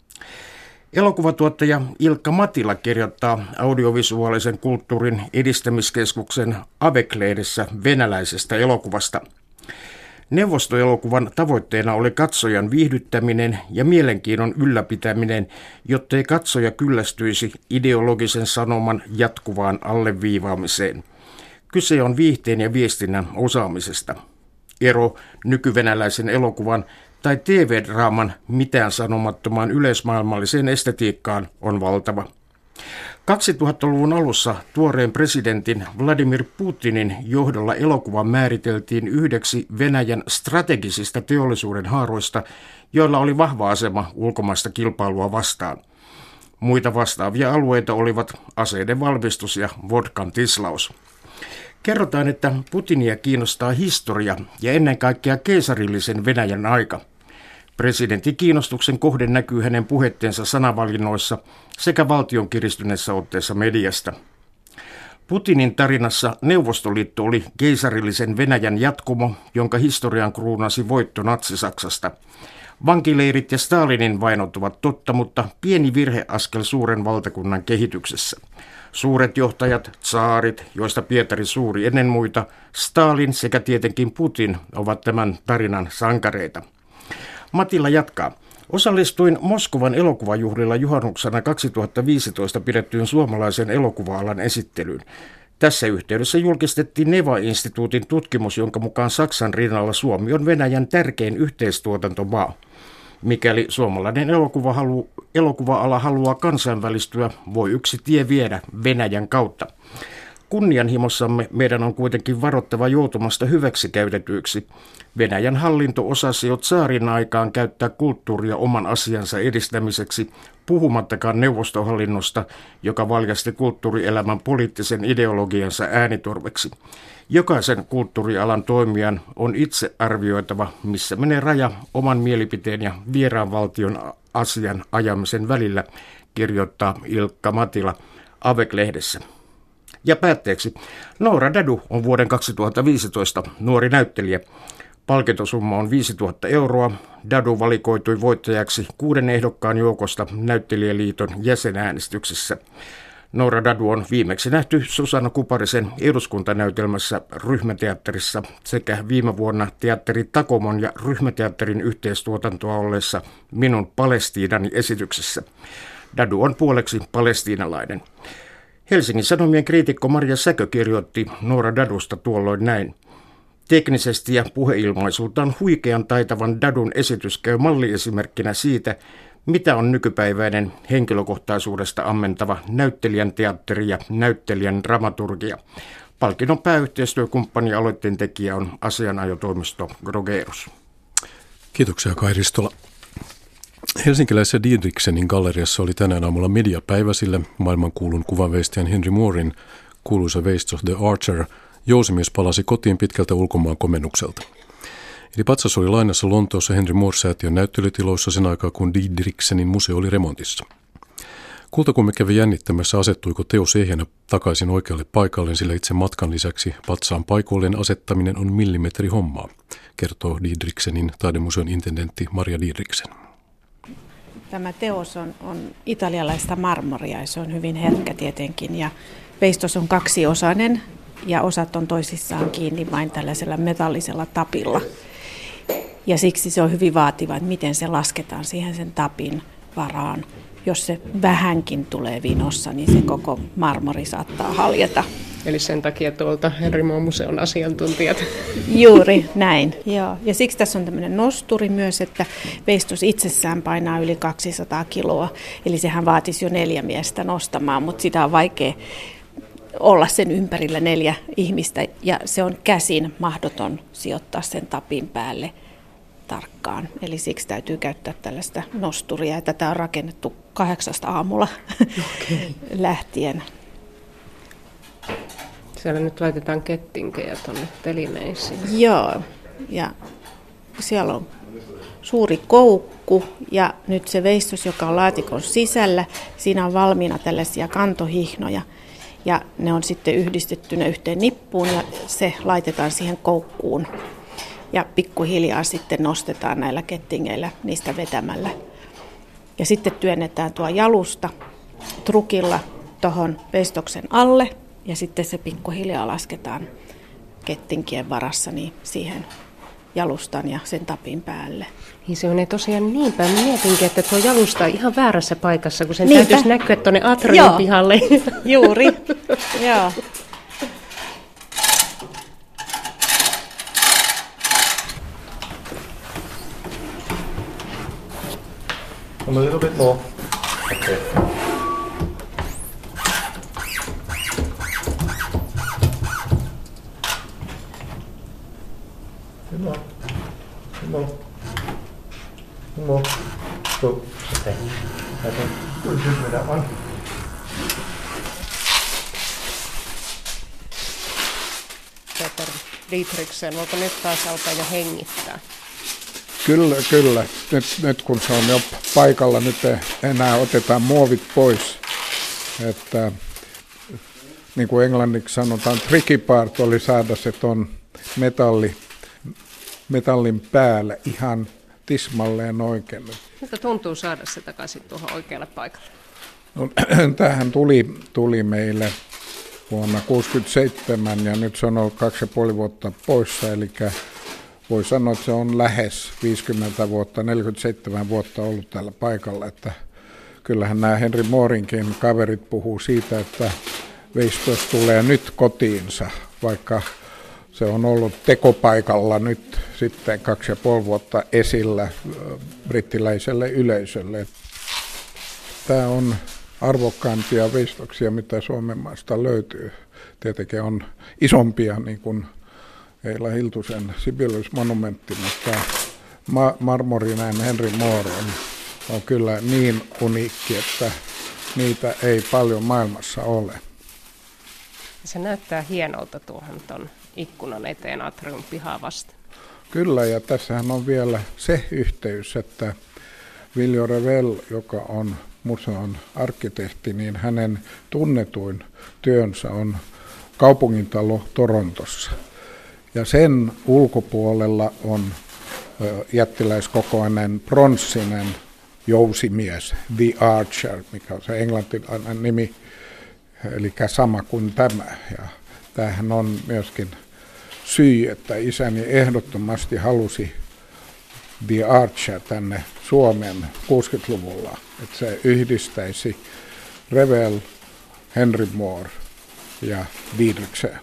Elokuvatuottaja Ilkka Matila kirjoittaa audiovisuaalisen kulttuurin edistämiskeskuksen Avec-lehdessä venäläisestä elokuvasta. Neuvostoelokuvan tavoitteena oli katsojan viihdyttäminen ja mielenkiinnon ylläpitäminen, jottei katsoja kyllästyisi ideologisen sanoman jatkuvaan alleviivaamiseen. Kyse on viihteen ja viestinnän osaamisesta. Ero nykyvenäläisen elokuvan tai T V-draaman mitään sanomattomaan yleismaailmalliseen estetiikkaan on valtava. kaksituhattaluvun alussa tuoreen presidentin Vladimir Putinin johdolla elokuva määriteltiin yhdeksi Venäjän strategisista teollisuuden haaroista, joilla oli vahva asema ulkomaista kilpailua vastaan. Muita vastaavia alueita olivat aseiden valmistus ja vodkan tislaus. Kerrotaan, että Putinia kiinnostaa historia ja ennen kaikkea keisarillisen Venäjän aika. Presidentin kiinnostuksen kohde näkyy hänen puhetteensa sanavalinnoissa sekä valtion kiristyneessä otteessa mediasta. Putinin tarinassa Neuvostoliitto oli keisarillisen Venäjän jatkumo, jonka historian kruunasi voitto Natsi-Saksasta. Vankileirit ja Stalinin vainot ovat totta, mutta pieni virheaskel suuren valtakunnan kehityksessä. Suuret johtajat, tsaarit, joista Pietari Suuri ennen muita, Stalin sekä tietenkin Putin ovat tämän tarinan sankareita. Matila jatkaa. Osallistuin Moskovan elokuvajuhlilla juhannuksena kaksituhattaviisitoista pidettyyn suomalaisen elokuva-alan esittelyyn. Tässä yhteydessä julkistettiin Neva-instituutin tutkimus, jonka mukaan Saksan rinnalla Suomi on Venäjän tärkein yhteistuotantomaa. Mikäli suomalainen elokuva halu, elokuva-ala haluaa kansainvälistyä, voi yksi tie viedä Venäjän kautta. Kunnianhimossamme meidän on kuitenkin varottava joutumasta hyväksikäytetyiksi. Venäjän hallinto osasi jo tsaarin aikaan käyttää kulttuuria oman asiansa edistämiseksi, puhumattakaan neuvostohallinnosta, joka valjasti kulttuurielämän poliittisen ideologiansa äänitorveksi. Jokaisen kulttuurialan toimijan on itse arvioitava, missä menee raja oman mielipiteen ja vieraan valtion asian ajamisen välillä, kirjoittaa Ilkka Matila Avec-lehdessä. Ja päätteeksi, Noora Dadu on vuoden kaksituhattaviisitoista nuori näyttelijä. Palkintosumma on viisituhatta euroa. Dadu valikoitui voittajaksi kuuden ehdokkaan joukosta Näyttelijäliiton jäsenäänestyksessä. Noora Dadu on viimeksi nähty Susanna Kuparisen eduskuntanäytelmässä Ryhmäteatterissa sekä viime vuonna teatteri Takomon ja Ryhmäteatterin yhteistuotantoa olleessa Minun Palestiinani esityksessä. Dadu on puoleksi palestiinalainen. Helsingin Sanomien kriitikko Marja Säkö kirjoitti Noora Dadusta tuolloin näin. Teknisesti ja puheilmaisultaan huikean taitavan Dadun esitys käy malliesimerkkinä siitä, mitä on nykypäiväinen henkilökohtaisuudesta ammentava näyttelijän teatteri ja näyttelijän dramaturgia. Palkinnon pääyhteistyökumppani ja aloitteen tekijä on asianajotoimisto Grogerus. Kiitoksia Kai Ristola. Helsinkiläisessä Didriksenin galleriassa oli tänään aamulla mediapäivä, sillä maailmankuulun kuvanveistäjän Henry Mooren kuuluisa veistos The Archer jousimies palasi kotiin pitkältä ulkomaan komennukselta. Eli patsas oli lainassa Lontoossa Henry Moore-säätiön näyttelytiloissa sen aikaa, kun Didriksenin museo oli remontissa. Kultakumme kävi jännittämässä, asettuiko teos ehjänä takaisin oikealle paikalleen, sillä itse matkan lisäksi patsaan paikoilleen asettaminen on millimetri hommaa, kertoo Didriksenin taidemuseon intendentti Maria Didriksen. Tämä teos on, on italialaista marmoria ja se on hyvin herkkä tietenkin ja veistos on kaksiosainen ja osat on toisissaan kiinni vain tällaisella metallisella tapilla. Ja siksi se on hyvin vaativa, että miten se lasketaan siihen sen tapin varaan. Jos se vähänkin tulee vinossa, niin se koko marmori saattaa haljeta. Eli sen takia tuolta Henry Moore museon asiantuntijat. Juuri näin. Joo. Ja siksi tässä on tämmöinen nosturi myös, että veistos itsessään painaa yli kaksisataa kiloa. Eli sehän vaatisi jo neljä miestä nostamaan, mutta sitä on vaikea olla sen ympärillä neljä ihmistä. Ja se on käsin mahdoton sijoittaa sen tapin päälle tarkkaan. Eli siksi täytyy käyttää tällaista nosturia. Ja tätä on rakennettu kahdeksasta aamulla okay. lähtien. Siellä nyt laitetaan kettinkejä tuonne telineisiin. Joo, ja siellä on suuri koukku ja nyt se veistos, joka on laatikon sisällä, siinä on valmiina tällaisia kantohihnoja ja ne on sitten yhdistettynä yhteen nippuun ja se laitetaan siihen koukkuun ja pikkuhiljaa sitten nostetaan näillä kettingeillä niistä vetämällä. Ja sitten työnnetään tuo jalusta trukilla tuohon veistoksen alle ja sitten se pikkuhiljaa lasketaan kettinkien varassa niin siihen jalustan ja sen tapin päälle. Niin se menee tosiaan niin päin. Mä mietinkin, että tuo jalusta on ihan väärässä paikassa, kun sen Niinpä. täytyisi näkyä tuonne atriumin pihalle. Juuri, joo. A little bit more. Okay. Good more. Good more. Good more. Cool. Okay. Okay. Good, good with that one. Peter Dietrichsen, voiko nyt taas alkaa jo hengittää? Kyllä, kyllä. Nyt, nyt kun se on jo paikalla, nyt enää otetaan muovit pois. Että, niin kuin englanniksi sanotaan, tricky part oli saada se ton metalli, metallin päälle ihan tismalleen oikein. Miltä tuntuu saada se takaisin tuohon oikealle paikalle? No, tämähän tuli, tuli meille vuonna tuhatyhdeksänsataakuusikymmentäseitsemän ja nyt se on ollut kaksi ja puoli vuotta poissa, eli voi sanoa, että se on lähes viisikymmentä vuotta, neljäkymmentäseitsemän vuotta ollut täällä paikalla, että kyllähän nämä Henry Moorinkin kaverit puhuu siitä, että veistos tulee nyt kotiinsa, vaikka se on ollut tekopaikalla nyt sitten kaksi ja puoli vuotta esillä brittiläiselle yleisölle. Tämä on arvokkaimpia veistoksia, mitä Suomen maasta löytyy. Tietenkin on isompia, niin kuin Eila Hiltusen Sibelius-monumentti, mutta ma- marmorinen Henry Moore on, on kyllä niin uniikki, että niitä ei paljon maailmassa ole. Se näyttää hienolta tuohon tuon ikkunan eteen atriumin pihaa vasta. Kyllä, ja tässähän on vielä se yhteys, että Viljo Revel, joka on museon arkkitehti, niin hänen tunnetuin työnsä on kaupungintalo Torontossa. Ja sen ulkopuolella on jättiläiskokoinen pronssinen jousimies, The Archer, mikä on se englantilainen nimi, eli sama kuin tämä. Ja tämähän on myöskin syy, että isäni ehdottomasti halusi The Archer tänne Suomeen kuusikymmentäluvulla, että se yhdistäisi Revel, Henry Moore ja Dietrichsen.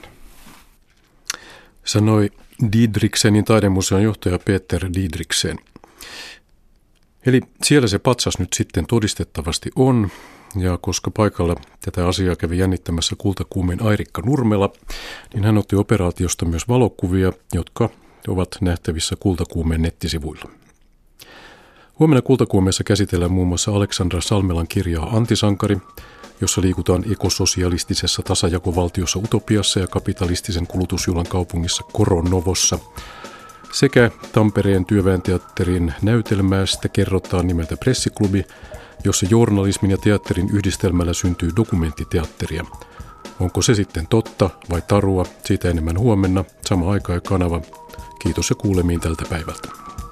Sanoi Dietrichsenin taidemuseon johtaja Peter Dietrichsen. Eli siellä se patsas nyt sitten todistettavasti on, ja koska paikalla tätä asiaa kävi jännittämässä kultakuumeen Airikka Nurmela, niin hän otti operaatiosta myös valokuvia, jotka ovat nähtävissä Kultakuumeen nettisivuilla. Huomenna Kultakuumeessa käsitellään muun muassa Aleksandra Salmelan kirjaa Antisankari, jossa liikutaan ekososialistisessa tasajakovaltiossa Utopiassa ja kapitalistisen kulutusjuhlan kaupungissa Koronovossa. Sekä Tampereen työväen teatterin näytelmästä kerrotaan nimeltä Pressiklubi, jossa journalismin ja teatterin yhdistelmällä syntyy dokumenttiteatteria. Onko se sitten totta vai tarua? Siitä enemmän huomenna, sama aika ja kanava. Kiitos ja kuulemiin tältä päivältä.